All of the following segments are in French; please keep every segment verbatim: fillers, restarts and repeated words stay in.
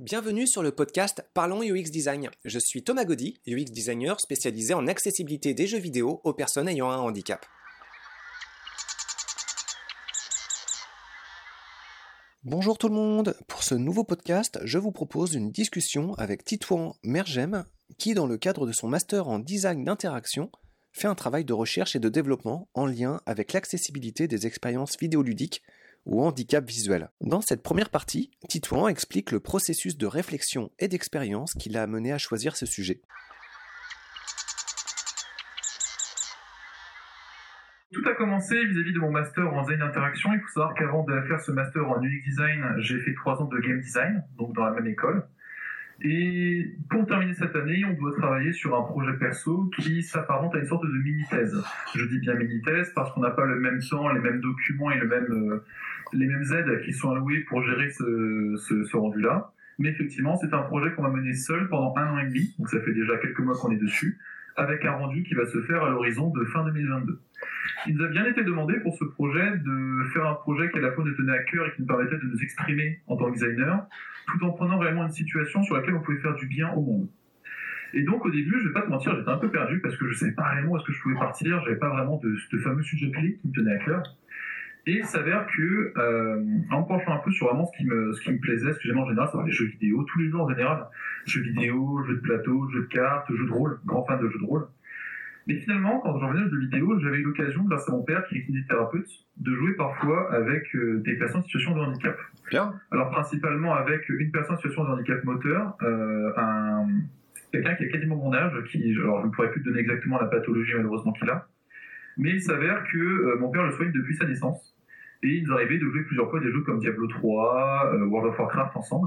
Bienvenue sur le podcast Parlons U X Design. Je suis Thomas Gaudy, U X designer spécialisé en accessibilité des jeux vidéo aux personnes ayant un handicap. Bonjour tout le monde. Pour ce nouveau podcast, je vous propose une discussion avec Titouan Mergem, qui dans le cadre de son master en design d'interaction, fait un travail de recherche et de développement en lien avec l'accessibilité des expériences vidéoludiques ou handicap visuel. Dans cette première partie, Titouan explique le processus de réflexion et d'expérience qui l'a amené à choisir ce sujet. Tout a commencé vis-à-vis de mon master en design d'interaction. Il faut savoir qu'avant de faire ce master en U X design, j'ai fait trois ans de game design, donc dans la même école. Et pour terminer cette année, on doit travailler sur un projet perso qui s'apparente à une sorte de mini-thèse. Je dis bien mini-thèse parce qu'on n'a pas le même temps, les mêmes documents et le même, euh, les mêmes aides qui sont allouées pour gérer ce, ce, ce rendu-là. Mais effectivement, c'est un projet qu'on va mener seul pendant un an et demi, donc ça fait déjà quelques mois qu'on est dessus, avec un rendu qui va se faire à l'horizon de fin deux mille vingt-deux. Il nous a bien été demandé pour ce projet de faire un projet qui à la fois nous tenait à cœur et qui nous permettait de nous exprimer en tant que designer, tout en prenant réellement une situation sur laquelle on pouvait faire du bien au monde. Et donc au début, je vais pas te mentir, j'étais un peu perdu parce que je savais pas réellement où est-ce que je pouvais partir, j'avais pas vraiment de ce fameux sujet clé qui me tenait à cœur. Et il s'avère que, euh, en me penchant un peu sur vraiment ce qui me, ce qui me plaisait, ce que j'aimais en général, c'est les jeux vidéo, tous les jeux en général, jeux vidéo, jeux de plateau, jeux de cartes, jeux de rôle, grand fan de jeux de rôle. Mais finalement, quand j'en venais aux jeux vidéo, j'avais eu l'occasion, grâce à mon père, qui est kinésithérapeute, de jouer parfois avec euh, des personnes en situation de handicap. Bien. Alors principalement avec une personne en situation de handicap moteur, euh, un, quelqu'un qui a quasiment mon âge, qui, alors je ne pourrais plus te donner exactement la pathologie malheureusement qu'il a, mais il s'avère que euh, mon père le soigne depuis sa naissance, et il nous arrivait de jouer plusieurs fois des jeux comme Diablo trois, euh, World of Warcraft ensemble.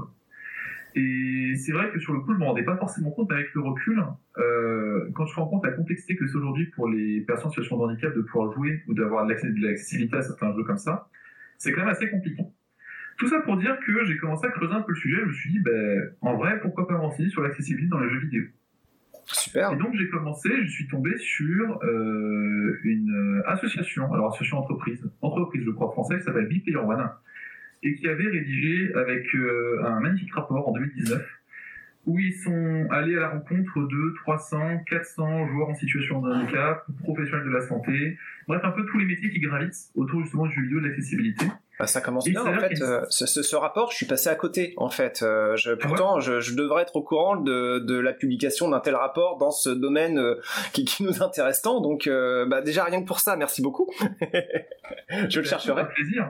Et c'est vrai que sur le coup, je ne me rendais pas forcément compte, mais avec le recul, euh, quand je me rends compte de la complexité que c'est aujourd'hui pour les personnes en situation de handicap de pouvoir jouer ou d'avoir de l'accessibilité à certains jeux comme ça, c'est quand même assez compliqué. Tout ça pour dire que j'ai commencé à creuser un peu le sujet, je me suis dit, ben, en vrai, pourquoi pas me renseigner sur l'accessibilité dans les jeux vidéo. Super. Et donc j'ai commencé, je suis tombé sur euh, une association, alors association entreprise, entreprise je crois française, qui s'appelle Be Player One, et qui avait rédigé avec euh, un magnifique rapport en deux mille dix-neuf, où ils sont allés à la rencontre de trois cents, quatre cents joueurs en situation de handicap, professionnels de la santé, bref un peu tous les métiers qui gravitent autour justement du jeu vidéo, de l'accessibilité. Bah, ça commence et bien en fait, euh, ce, ce, ce rapport je suis passé à côté en fait, euh, je, pourtant ouais. je, je devrais être au courant de, de la publication d'un tel rapport dans ce domaine euh, qui, qui nous intéresse tant, donc euh, bah, déjà rien que pour ça, merci beaucoup. Je le chercherai. Avec plaisir.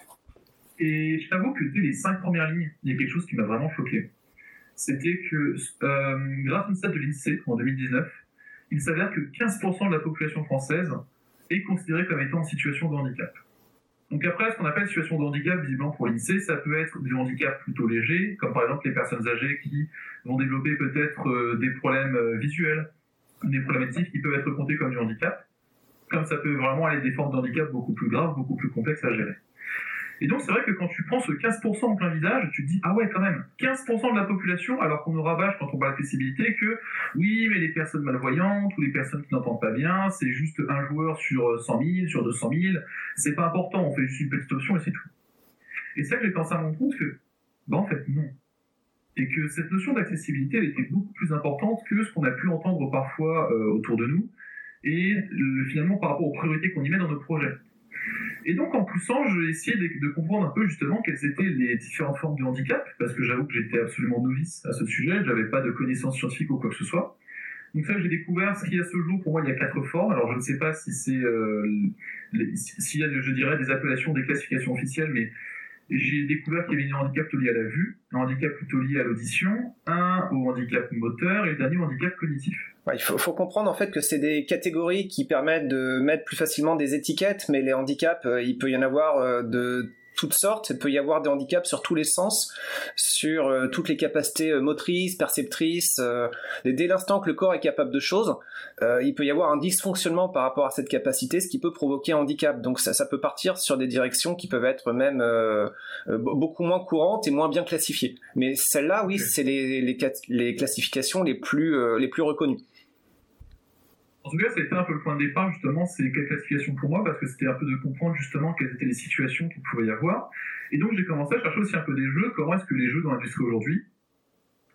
Et je t'avoue que dès les cinq premières lignes, il y a quelque chose qui m'a vraiment choqué. C'était que, euh, grâce à une stat de l'INSEE en deux mille dix-neuf, il s'avère que quinze pour cent de la population française est considérée comme étant en situation de handicap. Donc après, ce qu'on appelle situation de handicap, visiblement pour l'INSEE, ça peut être du handicap plutôt léger, comme par exemple les personnes âgées qui vont développer peut-être euh, des problèmes euh, visuels, des problématiques qui peuvent être comptées comme du handicap, comme ça peut vraiment aller des formes de handicap beaucoup plus graves, beaucoup plus complexes à gérer. Et donc c'est vrai que quand tu prends ce quinze pour cent en plein visage, tu te dis ah ouais quand même, quinze pour cent de la population, alors qu'on nous rabâche quand on parle d'accessibilité que oui mais les personnes malvoyantes ou les personnes qui n'entendent pas bien, c'est juste un joueur sur cent mille, sur deux cent mille, c'est pas important, on fait juste une petite option et c'est tout. Et c'est là que j'ai pensé à mon compte que, bah en fait non. Et que cette notion d'accessibilité elle était beaucoup plus importante que ce qu'on a pu entendre parfois euh, autour de nous, et le, finalement par rapport aux priorités qu'on y met dans nos projets. Et donc en poussant, j'ai essayé de, de comprendre un peu justement quelles étaient les différentes formes de handicap, parce que j'avoue que j'étais absolument novice à ce sujet, j'avais pas de connaissances scientifiques ou quoi que ce soit. Donc ça, j'ai découvert ce qu'il y a ce jour, pour moi, il y a quatre formes. Alors je ne sais pas si c'est, euh, les, s'il y a, je dirais, des appellations, des classifications officielles, mais j'ai découvert qu'il y avait un handicap plutôt lié à la vue, un handicap plutôt lié à l'audition, un au handicap moteur et le dernier au handicap cognitif. Ouais, il faut, faut comprendre en fait que c'est des catégories qui permettent de mettre plus facilement des étiquettes, mais les handicaps, euh, il peut y en avoir euh, de toutes sortes. Il peut y avoir des handicaps sur tous les sens, sur euh, toutes les capacités euh, motrices, perceptrices. Euh, et dès l'instant que le corps est capable de choses, euh, il peut y avoir un dysfonctionnement par rapport à cette capacité, ce qui peut provoquer un handicap. Donc ça, ça peut partir sur des directions qui peuvent être même euh, euh, beaucoup moins courantes et moins bien classifiées. Mais celles-là, oui, c'est les, les, les classifications les plus, euh, les plus reconnues. En tout cas, ça a été un peu le point de départ, justement, ces classifications pour moi, parce que c'était un peu de comprendre justement quelles étaient les situations qu'il pouvait y avoir. Et donc, j'ai commencé à chercher aussi un peu des jeux, comment est-ce que les jeux dans l'industrie aujourd'hui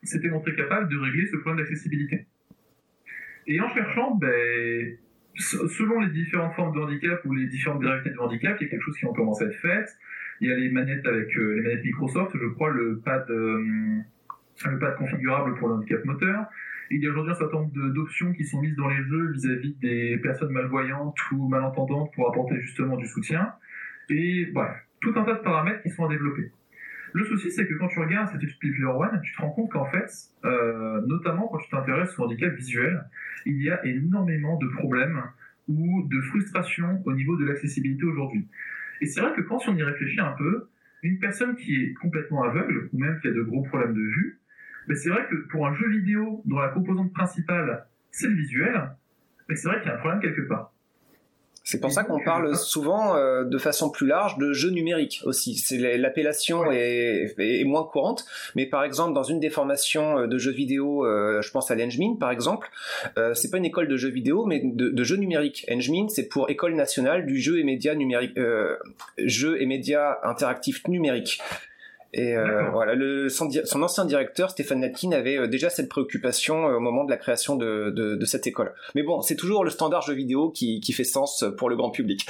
s'était montré capable de régler ce problème d'accessibilité. Et en cherchant, ben, selon les différentes formes de handicap ou les différentes gravité de handicap, il y a quelque chose qui ont commencé à être fait. Il y a les manettes avec euh, les manettes Microsoft, je crois, le pad, euh, le pad configurable pour le handicap moteur. Il y a aujourd'hui un certain nombre de, d'options qui sont mises dans les jeux vis-à-vis des personnes malvoyantes ou malentendantes pour apporter justement du soutien. Et bref, tout un tas de paramètres qui sont à développer. Le souci, c'est que quand tu regardes cette étude Player One, tu te rends compte qu'en fait, euh, notamment quand tu t'intéresses au handicap visuel, il y a énormément de problèmes ou de frustrations au niveau de l'accessibilité aujourd'hui. Et c'est vrai que quand on y réfléchit un peu, une personne qui est complètement aveugle, ou même qui a de gros problèmes de vue, ben c'est vrai que pour un jeu vidéo dont la composante principale, c'est le visuel, ben c'est vrai qu'il y a un problème quelque part. C'est pour ça qu'on parle souvent euh, de façon plus large de jeux numériques aussi. C'est, l'appellation est, est moins courante, mais par exemple dans une des formations de jeux vidéo, euh, je pense à l'Engmin par exemple, euh, c'est pas une école de jeux vidéo, mais de, de jeux numériques. Engmin, c'est pour École nationale du jeu et médias numériques, euh, jeux et médias interactifs numériques. Et euh, voilà, le, son, son ancien directeur, Stéphane Natkin, avait euh, déjà cette préoccupation euh, au moment de la création de, de, de cette école. Mais bon, c'est toujours le standard jeu vidéo qui, qui fait sens pour le grand public.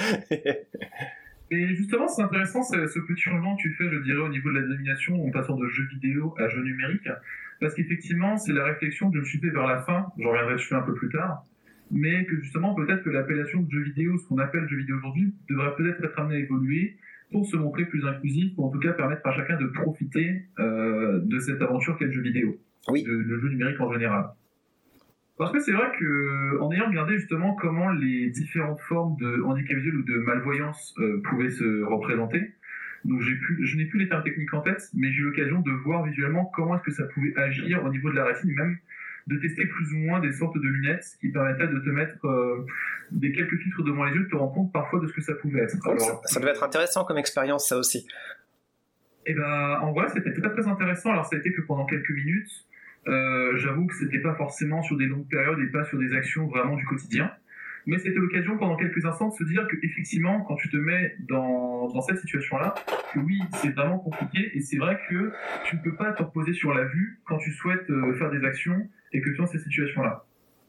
Et justement, c'est intéressant ce, ce petit changement que tu fais, je dirais, au niveau de la dénomination, en passant de jeu vidéo à jeu numérique, parce qu'effectivement, c'est la réflexion que je me suis fait vers la fin, j'en reviendrai dessus un peu plus tard, mais que justement, peut-être que l'appellation de jeu vidéo, ce qu'on appelle jeu vidéo aujourd'hui, devrait peut-être être amené à évoluer, pour se montrer plus inclusif, pour en tout cas permettre à chacun de profiter euh, de cette aventure qu'est le jeu vidéo, oui. de, le jeu numérique en général. Parce que c'est vrai qu'en ayant regardé justement comment les différentes formes de handicap visuel ou de malvoyance euh, pouvaient se représenter, donc j'ai pu, je n'ai plus les termes techniques en tête, mais j'ai eu l'occasion de voir visuellement comment est-ce que ça pouvait agir au niveau de la rétine, même de tester plus ou moins des sortes de lunettes qui permettaient de te mettre euh, des quelques filtres devant les yeux, de te rendre compte parfois de ce que ça pouvait être. Alors, ça, ça devait être intéressant comme expérience, ça aussi. Et ben, en vrai, c'était très très intéressant. Alors, ça a été que pendant quelques minutes. Euh, j'avoue que c'était pas forcément sur des longues périodes et pas sur des actions vraiment du quotidien. Mais c'était l'occasion pendant quelques instants de se dire que effectivement, quand tu te mets dans, dans cette situation-là, que oui, c'est vraiment compliqué et c'est vrai que tu ne peux pas te reposer sur la vue quand tu souhaites euh, faire des actions et que tu es dans cette situation-là.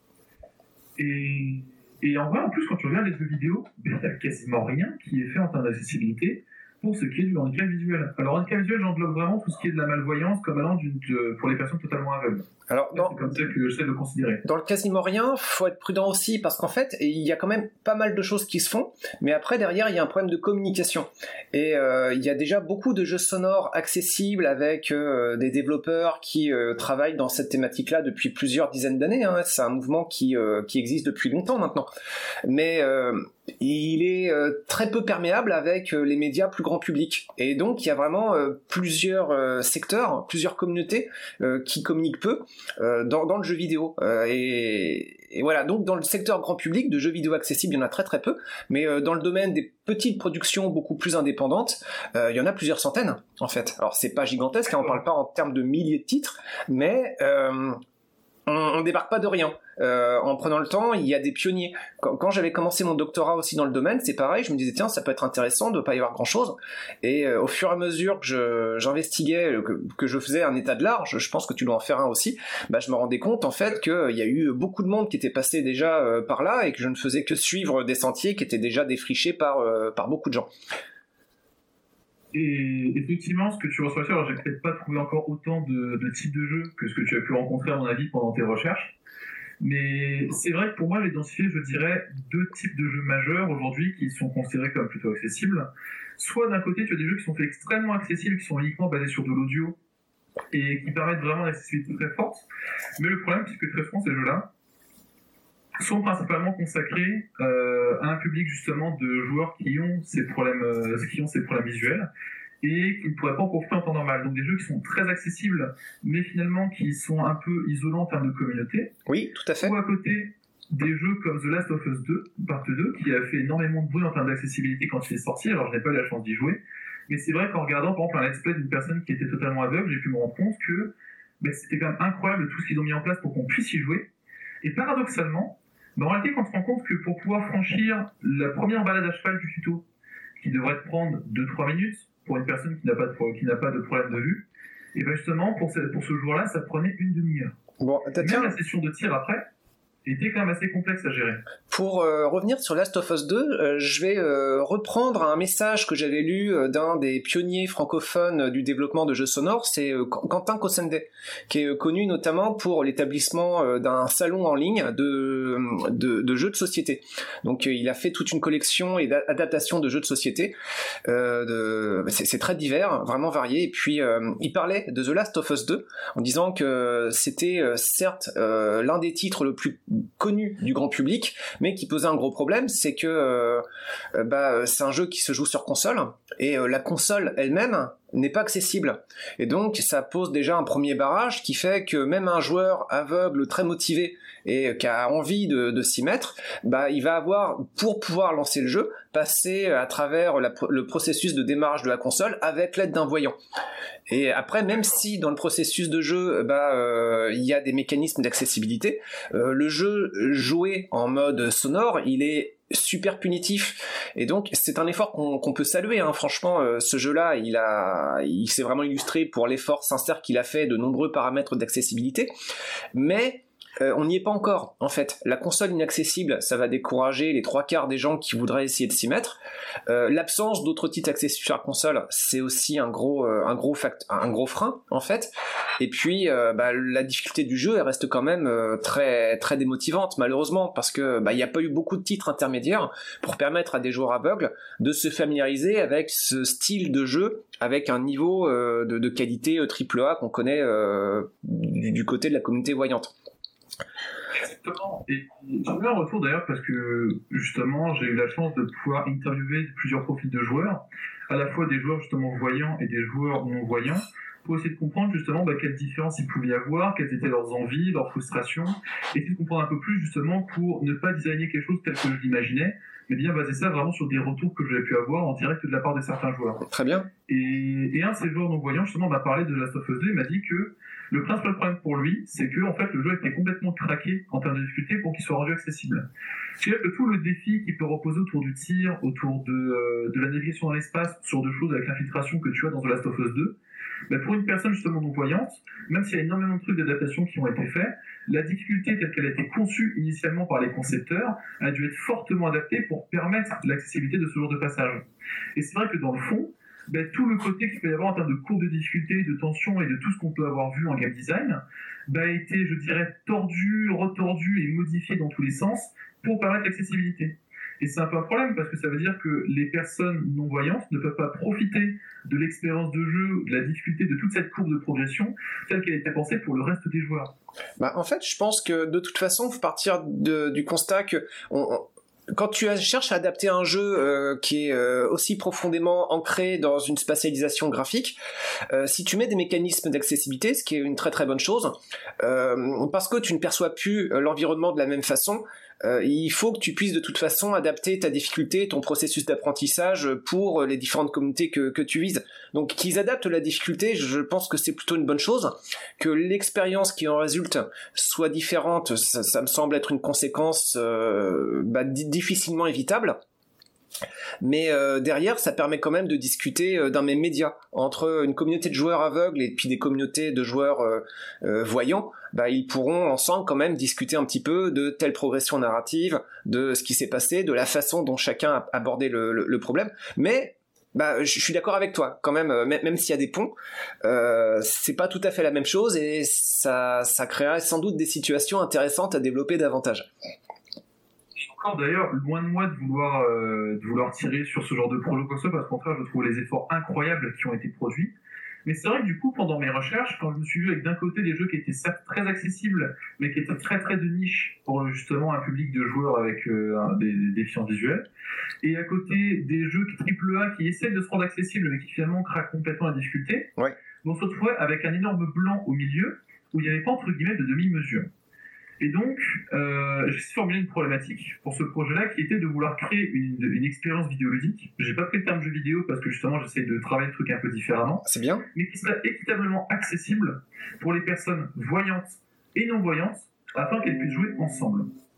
Et, et en vrai, en plus, quand tu regardes les jeux vidéo, il n'y a quasiment rien qui est fait en termes d'accessibilité pour ce qui est du handicap visuel. Alors, handicap visuel, j'englobe vraiment tout ce qui est de la malvoyance comme allant d'une, de, pour les personnes totalement aveugles. Alors, dans, c'est comme ça que j'essaie de le considérer. Dans le quasiment rien, faut être prudent aussi parce qu'en fait, il y a quand même pas mal de choses qui se font, mais après derrière, il y a un problème de communication. Et euh, il y a déjà beaucoup de jeux sonores accessibles avec euh, des développeurs qui euh, travaillent dans cette thématique-là depuis plusieurs dizaines d'années. Hein. C'est un mouvement qui euh, qui existe depuis longtemps maintenant, mais euh, il est euh, très peu perméable avec euh, les médias plus grand public. Et donc, il y a vraiment euh, plusieurs euh, secteurs, plusieurs communautés euh, qui communiquent peu euh, dans, dans le jeu vidéo. Euh, et, et voilà, donc dans le secteur grand public de jeux vidéo accessibles, il y en a très très peu. Mais euh, dans le domaine des petites productions beaucoup plus indépendantes, euh, il y en a plusieurs centaines, en fait. Alors, c'est pas gigantesque, hein, on parle pas en termes de milliers de titres, mais... Euh, on ne débarque pas de rien. Euh, en prenant le temps, il y a des pionniers. Quand, quand j'avais commencé mon doctorat aussi dans le domaine, c'est pareil, je me disais tiens, ça peut être intéressant de ne pas y avoir grand-chose. Et euh, au fur et à mesure que je, j'investiguais, que, que je faisais un état de l'art, je, je pense que tu dois en faire un aussi, bah, je me rendais compte en fait qu'il euh, y a eu beaucoup de monde qui était passé déjà euh, par là et que je ne faisais que suivre des sentiers qui étaient déjà défrichés par, euh, par beaucoup de gens. Et effectivement, ce que tu reçois, alors j'ai peut-être pas trouvé encore autant de, de types de jeux que ce que tu as pu rencontrer à mon avis pendant tes recherches, mais c'est vrai que pour moi j'ai identifié, je dirais, deux types de jeux majeurs aujourd'hui qui sont considérés comme plutôt accessibles. Soit d'un côté tu as des jeux qui sont faits extrêmement accessibles, qui sont uniquement basés sur de l'audio et qui permettent vraiment une accessibilité très forte, mais le problème c'est que très souvent ces jeux-là sont principalement consacrés euh, à un public justement de joueurs qui ont ces problèmes, euh, qui ont ces problèmes visuels et qui ne pourraient pas en profiter en temps normal. Donc des jeux qui sont très accessibles, mais finalement qui sont un peu isolants en termes de communauté. Oui, tout à fait. Ou à côté, des jeux comme The Last of Us deux, part deux, qui a fait énormément de bruit en termes d'accessibilité quand il est sorti. Alors je n'ai pas eu la chance d'y jouer, mais c'est vrai qu'en regardant par exemple un let's play d'une personne qui était totalement aveugle, j'ai pu me rendre compte que ben, c'était quand même incroyable tout ce qu'ils ont mis en place pour qu'on puisse y jouer. Et paradoxalement, ben, en réalité, quand on se rend compte que pour pouvoir franchir la première balade à cheval du tuto, qui devrait te prendre deux trois minutes pour une personne qui n'a pas de, qui n'a pas de problème de vue, Et bien justement, pour ce, pour ce jour-là, ça prenait une demi-heure. Bon, même la session de tir après était quand même assez complexe à gérer. Pour euh, revenir sur Last of Us deux, euh, je vais euh, reprendre un message que j'avais lu euh, d'un des pionniers francophones du développement de jeux sonores, c'est euh, Quentin Cossende, qui est euh, connu notamment pour l'établissement euh, d'un salon en ligne de, de, de jeux de société. Donc euh, il a fait toute une collection et d'adaptations de jeux de société. Euh, de... c'est, c'est très divers, vraiment varié. Et puis euh, il parlait de The Last of Us deux en disant que c'était euh, certes euh, l'un des titres le plus connu du grand public, mais qui posait un gros problème, c'est que euh, bah, c'est un jeu qui se joue sur console, et euh, la console elle-même n'est pas accessible. Et donc ça pose déjà un premier barrage qui fait que même un joueur aveugle très motivé et qui a envie de, de s'y mettre, bah, il va avoir, pour pouvoir lancer le jeu, passer à travers la, le processus de démarrage de la console avec l'aide d'un voyant. Et après, même si dans le processus de jeu, bah, euh, il y a des mécanismes d'accessibilité, euh, le jeu joué en mode sonore, il est super punitif, et donc c'est un effort qu'on, qu'on peut saluer, hein. Franchement, euh, ce jeu-là, il a, il s'est vraiment illustré pour l'effort sincère qu'il a fait de nombreux paramètres d'accessibilité, mais Euh, on n'y est pas encore, en fait. La console inaccessible, ça va décourager les trois quarts des gens qui voudraient essayer de s'y mettre. Euh, l'absence d'autres titres accessibles sur la console, c'est aussi un gros, euh, un gros fact, un gros frein, en fait. Et puis, euh, bah, la difficulté du jeu, elle reste quand même euh, très, très démotivante, malheureusement, parce que bah, il n'y a pas eu beaucoup de titres intermédiaires pour permettre à des joueurs aveugles de se familiariser avec ce style de jeu, avec un niveau euh, de, de qualité euh, triple A qu'on connaît euh, du, du côté de la communauté voyante. Exactement. Et j'ai eu un retour d'ailleurs parce que justement j'ai eu la chance de pouvoir interviewer plusieurs profils de joueurs, à la fois des joueurs justement voyants et des joueurs non voyants, pour essayer de comprendre justement bah, quelles différences ils pouvaient y avoir, quelles étaient leurs envies, leurs frustrations, et essayer de comprendre un peu plus justement pour ne pas designer quelque chose tel que je l'imaginais, mais bien baser ça vraiment sur des retours que j'avais pu avoir en direct de la part de certains joueurs. Très bien. Et, et un de ces joueurs non voyants justement m'a parlé de Last of Us deux, il m'a dit que le principal problème pour lui, c'est que en fait, le jeu était complètement craqué en termes de difficulté pour qu'il soit rendu accessible. C'est-à-dire que tout le défi qui peut reposer autour du tir, autour de, euh, de la navigation dans l'espace, sur de choses avec l'infiltration que tu as dans The Last of Us deux, bah pour une personne justement non-voyante, même s'il y a énormément de trucs d'adaptation qui ont été faits, la difficulté telle qu'elle a été conçue initialement par les concepteurs a dû être fortement adaptée pour permettre l'accessibilité de ce genre de passage. Et c'est vrai que dans le fond, ben, tout le côté qu'il peut y avoir en termes de courbe de difficulté, de tension et de tout ce qu'on peut avoir vu en game design ben, a été, je dirais, tordu, retordu et modifié dans tous les sens pour permettre l'accessibilité. Et c'est un peu un problème parce que ça veut dire que les personnes non-voyantes ne peuvent pas profiter de l'expérience de jeu, de la difficulté de toute cette courbe de progression telle qu'elle a été pensée pour le reste des joueurs. Bah, en fait, je pense que de toute façon, il faut partir de, du constat que on, on... quand tu cherches à adapter un jeu euh, qui est euh, aussi profondément ancré dans une spatialisation graphique, euh, si tu mets des mécanismes d'accessibilité, ce qui est une très très bonne chose, euh, parce que tu ne perçois plus euh, l'environnement de la même façon, euh, il faut que tu puisses de toute façon adapter ta difficulté, ton processus d'apprentissage pour les différentes communautés que, que tu vises. Donc qu'ils adaptent la difficulté, je pense que c'est plutôt une bonne chose. Que l'expérience qui en résulte soit différente, ça, ça me semble être une conséquence euh, bah, difficilement évitable. Mais euh, derrière, ça permet quand même de discuter euh, d'un même média. Entre une communauté de joueurs aveugles et puis des communautés de joueurs euh, euh, voyants, bah, ils pourront ensemble quand même discuter un petit peu de telle progression narrative, de ce qui s'est passé, de la façon dont chacun a abordé le, le, le problème. Mais bah, je suis d'accord avec toi, quand même, même, même s'il y a des ponts, euh, c'est pas tout à fait la même chose et ça, ça créera sans doute des situations intéressantes à développer davantage. Encore d'ailleurs, loin de moi de vouloir, euh, de vouloir tirer sur ce genre de projet comme ça, parce qu'au contraire, je trouve les efforts incroyables qui ont été produits. Mais c'est vrai que du coup, pendant mes recherches, quand je me suis vu avec d'un côté des jeux qui étaient certes très accessibles, mais qui étaient très très de niche pour justement un public de joueurs avec euh, des, des déficiences visuelles, et à côté des jeux triple A qui essaient de se rendre accessibles, mais qui finalement craquent complètement la difficulté, ouais. On se retrouvait avec un énorme blanc au milieu, où il n'y avait pas entre guillemets de demi-mesure. Et donc, euh, j'ai formulé une problématique pour ce projet-là qui était de vouloir créer une, une expérience vidéoludique. J'ai pas pris le terme jeu vidéo parce que justement j'essaie de travailler le truc un peu différemment. C'est bien. Mais qui serait équitablement accessible pour les personnes voyantes et non-voyantes afin qu'elles puissent jouer ensemble.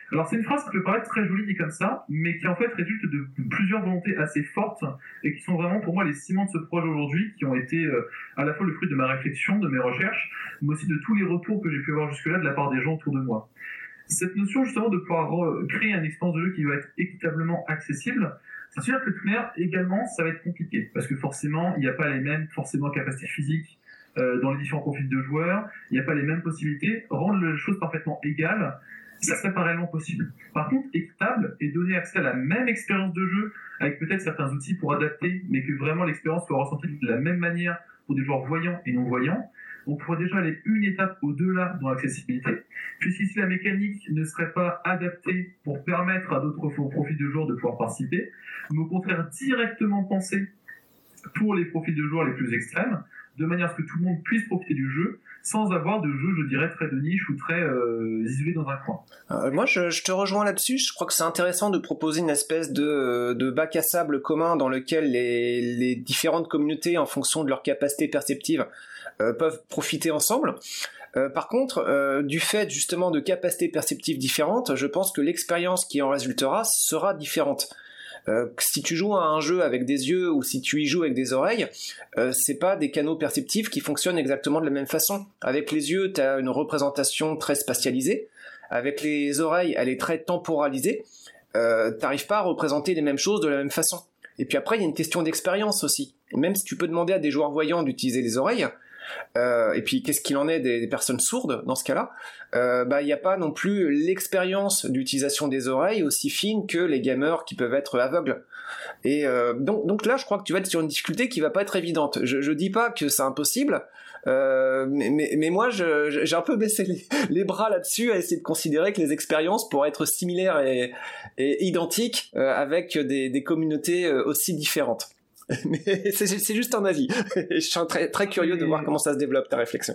Alors c'est une phrase qui peut paraître très jolie dit comme ça, mais qui en fait résulte de plusieurs volontés assez fortes et qui sont vraiment pour moi les ciments de ce projet aujourd'hui, qui ont été euh, à la fois le fruit de ma réflexion, de mes recherches, mais aussi de tous les retours que j'ai pu avoir jusque-là de la part des gens autour de moi. Cette notion justement de pouvoir créer une expérience de jeu qui va être équitablement accessible, c'est sûr que de toute manière également ça va être compliqué, parce que forcément il n'y a pas les mêmes forcément capacités physiques euh, dans les différents profils de joueurs, il n'y a pas les mêmes possibilités. Rendre les choses parfaitement égales, ça serait pas réellement possible. Par contre, équitable et donner accès à la même expérience de jeu, avec peut-être certains outils pour adapter, mais que vraiment l'expérience soit ressentie de la même manière pour des joueurs voyants et non-voyants, on pourrait déjà aller une étape au-delà dans l'accessibilité, puisqu'ici la mécanique ne serait pas adaptée pour permettre à d'autres profils de joueurs de pouvoir participer, mais au contraire directement pensée pour les profils de joueurs les plus extrêmes, de manière à ce que tout le monde puisse profiter du jeu, sans avoir de jeu, je dirais, très de niche ou très euh, isolé dans un coin. Euh, moi, je, je te rejoins là-dessus. Je crois que c'est intéressant de proposer une espèce de, de bac à sable commun dans lequel les, les différentes communautés, en fonction de leur capacité perceptive, euh, peuvent profiter ensemble. Euh, par contre, euh, du fait justement de capacités perceptives différentes, je pense que l'expérience qui en résultera sera différente. Euh, si tu joues à un jeu avec des yeux ou si tu y joues avec des oreilles, euh, c'est pas des canaux perceptifs qui fonctionnent exactement de la même façon. Avec les yeux, tu as une représentation très spatialisée. Avec les oreilles, elle est très temporalisée. Euh, t'arrives pas à représenter les mêmes choses de la même façon. Et puis après, il y a une question d'expérience aussi. Et même si tu peux demander à des joueurs voyants d'utiliser les oreilles, Euh, et puis qu'est-ce qu'il en est des, des personnes sourdes dans ce cas-là, euh, bah il n'y a pas non plus l'expérience d'utilisation des oreilles aussi fine que les gamers qui peuvent être aveugles. Et euh, donc, donc là je crois que tu vas être sur une difficulté qui va pas être évidente. Je, je dis pas que c'est impossible, euh, mais, mais, mais moi je, j'ai un peu baissé les, les bras là-dessus à essayer de considérer que les expériences pourraient être similaires et, et identiques euh, avec des, des communautés aussi différentes. Mais c'est, c'est juste un avis. Je suis très, très curieux de voir comment ça se développe, ta réflexion.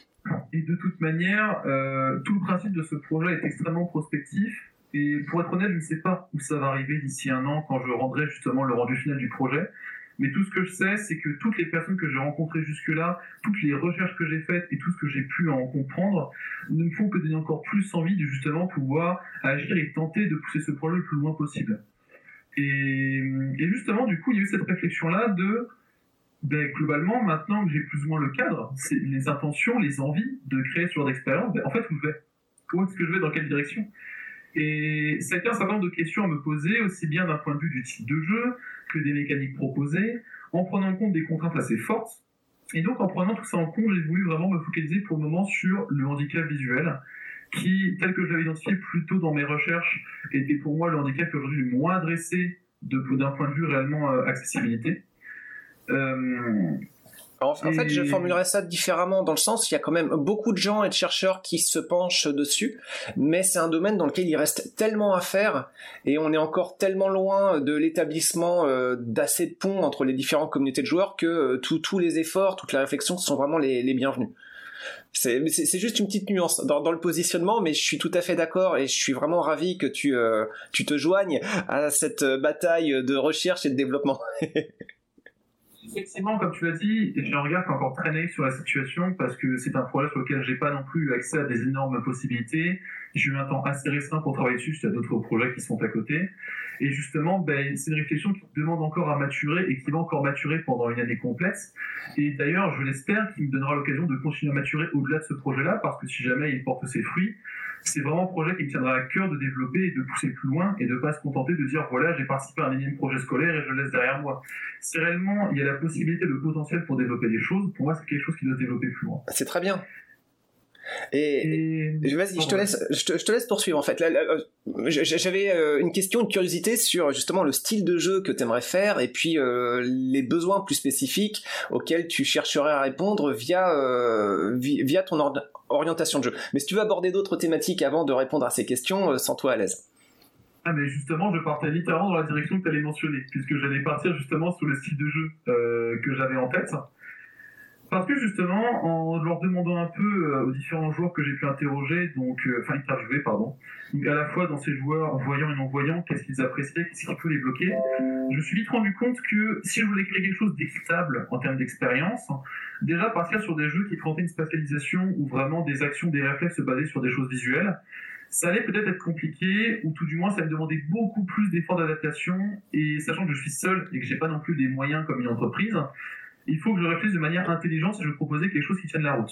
Et de toute manière, euh, tout le principe de ce projet est extrêmement prospectif. Et pour être honnête, je ne sais pas où ça va arriver d'ici un an quand je rendrai justement le rendu final du projet. Mais tout ce que je sais, c'est que toutes les personnes que j'ai rencontrées jusque-là, toutes les recherches que j'ai faites et tout ce que j'ai pu en comprendre ne me font que donner encore plus envie de justement pouvoir agir et tenter de pousser ce projet le plus loin possible. Et, et justement, du coup, il y a eu cette réflexion-là de, ben, globalement, maintenant que j'ai plus ou moins le cadre, c'est les intentions, les envies de créer ce genre d'expérience, ben, en fait, où je vais ? Où est-ce que je vais ? Dans quelle direction ? Et ça a été un certain nombre de questions à me poser, aussi bien d'un point de vue du type de jeu que des mécaniques proposées, en prenant en compte des contraintes assez fortes. Et donc, en prenant tout ça en compte, j'ai voulu vraiment me focaliser pour le moment sur le handicap visuel, qui, tel que je l'avais identifié plus tôt dans mes recherches, était pour moi le handicap qui est aujourd'hui le moins adressé de, d'un point de vue réellement euh, accessibilité. Euh, en, en et... fait, je formulerais ça différemment, dans le sens où il y a quand même beaucoup de gens et de chercheurs qui se penchent dessus, mais c'est un domaine dans lequel il reste tellement à faire, et on est encore tellement loin de l'établissement euh, d'assez de ponts entre les différentes communautés de joueurs que euh, tous les efforts, toutes les réflexions sont vraiment les, les bienvenus. C'est, c'est, c'est juste une petite nuance dans, dans le positionnement, mais je suis tout à fait d'accord et je suis vraiment ravi que tu, euh, tu te joignes à cette bataille de recherche et de développement. Effectivement, comme tu l'as dit, j'ai un regard qui est encore très naïf sur la situation parce que c'est un projet sur lequel j'ai pas non plus accès à des énormes possibilités. J'ai eu un temps assez restreint pour travailler dessus, il y a d'autres projets qui sont à côté. Et justement, ben, c'est une réflexion qui demande encore à maturer et qui va encore maturer pendant une année complète. Et d'ailleurs, je l'espère, qu'il me donnera l'occasion de continuer à maturer au-delà de ce projet-là, parce que si jamais il porte ses fruits, c'est vraiment un projet qui me tiendra à cœur de développer et de pousser plus loin et de ne pas se contenter de dire voilà, j'ai participé à un énième projet scolaire et je le laisse derrière moi. Si réellement il y a la possibilité, le potentiel pour développer des choses, pour moi c'est quelque chose qui doit se développer plus loin. C'est très bien. Et, et vas-y, je te laisse, je te, je te laisse poursuivre en fait. Là, là, j'avais une question, une curiosité sur justement le style de jeu que tu aimerais faire et puis euh, les besoins plus spécifiques auxquels tu chercherais à répondre via euh, via ton or- orientation de jeu. Mais si tu veux aborder d'autres thématiques avant de répondre à ces questions, euh, sens-toi à l'aise. Ah mais justement, je partais littéralement dans la direction que tu allais mentionner, puisque j'allais partir justement sur le style de jeu euh, que j'avais en tête. Parce que justement, en leur demandant un peu euh, aux différents joueurs que j'ai pu interroger, donc, euh, enfin interviewer, pardon, donc à la fois dans ces joueurs voyants et non-voyants, qu'est-ce qu'ils appréciaient, qu'est-ce qui peut les bloquer, je me suis vite rendu compte que si je voulais créer quelque chose d'équitable en termes d'expérience, déjà partir sur des jeux qui présentaient une spatialisation ou vraiment des actions, des réflexes basés sur des choses visuelles, ça allait peut-être être compliqué, ou tout du moins ça me demandait beaucoup plus d'efforts d'adaptation, et sachant que je suis seul et que j'ai pas non plus des moyens comme une entreprise, il faut que je réfléchisse de manière intelligente si je veux proposer quelque chose qui tienne la route.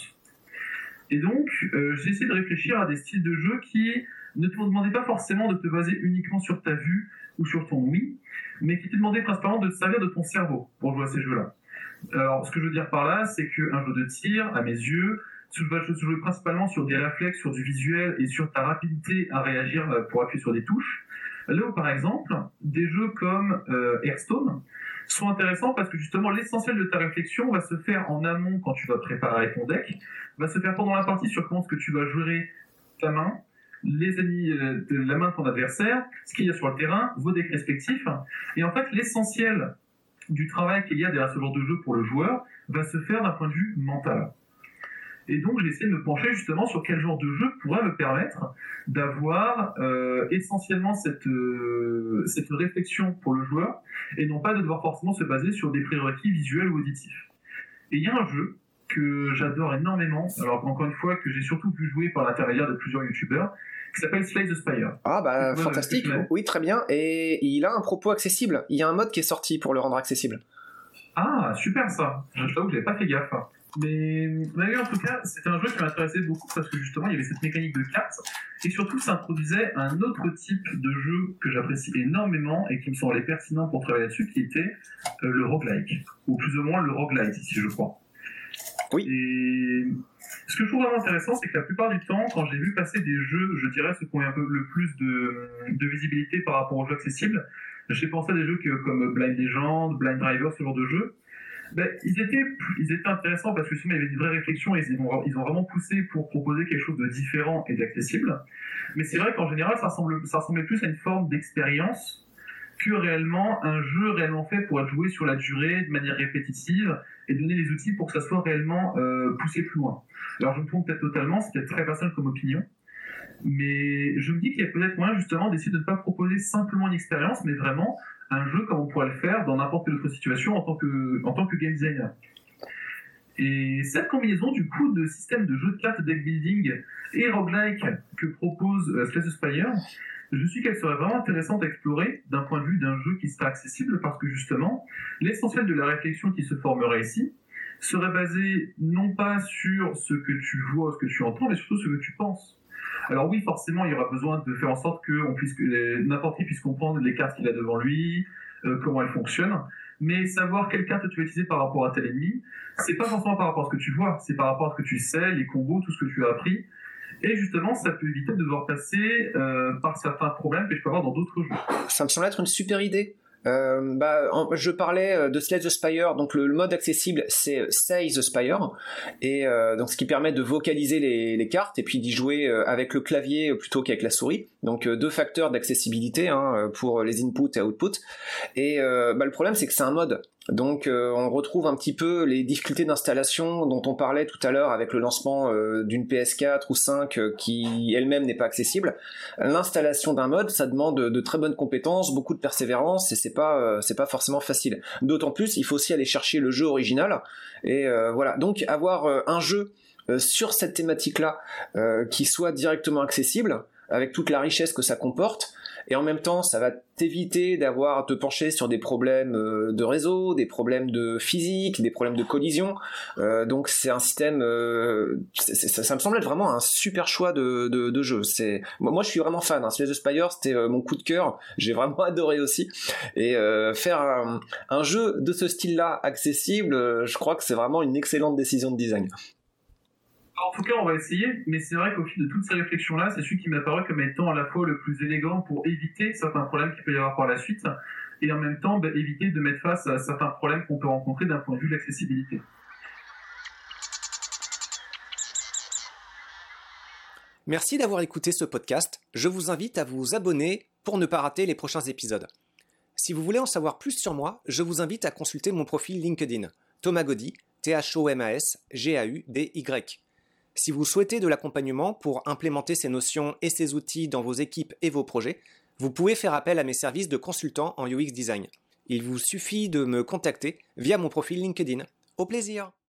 Et donc, euh, j'ai essayé de réfléchir à des styles de jeu qui ne te demandaient pas forcément de te baser uniquement sur ta vue ou sur ton oui, mais qui te demandaient principalement de te servir de ton cerveau pour jouer à ces jeux-là. Alors, ce que je veux dire par là, c'est qu'un jeu de tir, à mes yeux, va se jouer principalement sur des réflexes, sur du visuel et sur ta rapidité à réagir pour appuyer sur des touches. Là où, par exemple, des jeux comme euh, Hearthstone sont intéressants parce que justement l'essentiel de ta réflexion va se faire en amont quand tu vas préparer ton deck, va se faire pendant la partie sur comment est-ce que tu vas gérer ta main, les ennemis, euh, de la main de ton adversaire, ce qu'il y a sur le terrain, vos decks respectifs. Et en fait, l'essentiel du travail qu'il y a derrière ce genre de jeu pour le joueur va se faire d'un point de vue mental. Et donc j'ai essayé de me pencher justement sur quel genre de jeu pourrait me permettre d'avoir euh, essentiellement cette, euh, cette réflexion pour le joueur, et non pas de devoir forcément se baser sur des prérequis visuels ou auditifs. Et il y a un jeu que j'adore énormément, alors encore une fois que j'ai surtout pu jouer par l'intermédiaire de plusieurs youtubeurs, qui s'appelle Slay the Spire. Ah bah fantastique, oui très bien, et il a un propos accessible, il y a un mode qui est sorti pour le rendre accessible. Ah super ça, je t'avoue que j'avais pas fait gaffe. Mais, mais en tout cas, c'était un jeu qui m'intéressait beaucoup parce que justement, il y avait cette mécanique de cartes et surtout, ça introduisait un autre type de jeu que j'apprécie énormément et qui me semblait pertinent pour travailler là-dessus, qui était euh, le roguelike, ou plus ou moins le roguelite ici, je crois. Oui. Et ce que je trouve vraiment intéressant, c'est que la plupart du temps, quand j'ai vu passer des jeux, je dirais, ceux qui ont un peu le plus de, de visibilité par rapport aux jeux accessibles, j'ai pensé à des jeux que, comme Blind Legend, Blind Driver, ce genre de jeux. Ben, ils, étaient, ils étaient intéressants parce que souvent il y avait une vraie réflexion et ils ont, ils ont vraiment poussé pour proposer quelque chose de différent et d'accessible. Mais c'est vrai qu'en général, ça, ressemble, ça ressemblait plus à une forme d'expérience que réellement un jeu réellement fait pour être joué sur la durée, de manière répétitive, et donner les outils pour que ça soit réellement euh, poussé plus loin. Alors je me trompe peut-être totalement, c'est peut-être très personnel comme opinion, mais je me dis qu'il y a peut-être moyen justement d'essayer de ne pas proposer simplement une expérience, mais vraiment un jeu comme on pourrait le faire dans n'importe quelle autre situation en tant que, en tant que game designer. Et cette combinaison du coup de système de jeu de cartes, deck building et roguelike que propose euh, Slay the Spire, je suis qu'elle serait vraiment intéressante à explorer d'un point de vue d'un jeu qui serait accessible parce que justement l'essentiel de la réflexion qui se formerait ici serait basé non pas sur ce que tu vois, ce que tu entends, mais surtout ce que tu penses. Alors oui, forcément, il y aura besoin de faire en sorte que, on puisse, que les, n'importe qui puisse comprendre les cartes qu'il a devant lui, euh, comment elles fonctionnent, mais savoir quelle carte tu vas utiliser par rapport à tel ennemi, c'est pas forcément par rapport à ce que tu vois, c'est par rapport à ce que tu sais, les combos, tout ce que tu as appris, et justement, ça peut éviter de devoir passer euh, par certains problèmes que je peux avoir dans d'autres jeux. Ça me semble être une super idée. Euh, bah, en, je parlais de Slay the Spire, donc le, le mode accessible c'est Say the Spire, et euh, donc ce qui permet de vocaliser les, les cartes et puis d'y jouer euh, avec le clavier plutôt qu'avec la souris. Donc euh, deux facteurs d'accessibilité hein, pour les inputs et outputs. Et euh, bah, le problème c'est que c'est un mode. Donc euh, on retrouve un petit peu les difficultés d'installation dont on parlait tout à l'heure avec le lancement euh, d'une P S quatre ou cinq euh, qui elle-même n'est pas accessible. L'installation d'un mode, ça demande de, de très bonnes compétences, beaucoup de persévérance et c'est pas euh, c'est pas forcément facile. D'autant plus, il faut aussi aller chercher le jeu original et euh, voilà. Donc avoir euh, un jeu euh, sur cette thématique-là euh, qui soit directement accessible avec toute la richesse que ça comporte. Et en même temps, ça va t'éviter d'avoir à te pencher sur des problèmes de réseau, des problèmes de physique, des problèmes de collision. Euh, donc c'est un système, euh, c'est, c'est, ça, ça me semble être vraiment un super choix de, de, de jeu. C'est, moi, moi, je suis vraiment fan. Hein. Slay the Spire, c'était euh, mon coup de cœur. J'ai vraiment adoré aussi. Et euh, faire un, un jeu de ce style-là accessible, euh, je crois que c'est vraiment une excellente décision de design. En tout cas, on va essayer, mais c'est vrai qu'au fil de toutes ces réflexions-là, c'est celui qui m'est apparu comme étant à la fois le plus élégant pour éviter certains problèmes qu'il peut y avoir par la suite, et en même temps bah, éviter de mettre face à certains problèmes qu'on peut rencontrer d'un point de vue de l'accessibilité. Merci d'avoir écouté ce podcast. Je vous invite à vous abonner pour ne pas rater les prochains épisodes. Si vous voulez en savoir plus sur moi, je vous invite à consulter mon profil LinkedIn, Thomas Gaudy, T H O M A S G A U D Y. Si vous souhaitez de l'accompagnement pour implémenter ces notions et ces outils dans vos équipes et vos projets, vous pouvez faire appel à mes services de consultant en U X Design. Il vous suffit de me contacter via mon profil LinkedIn. Au plaisir!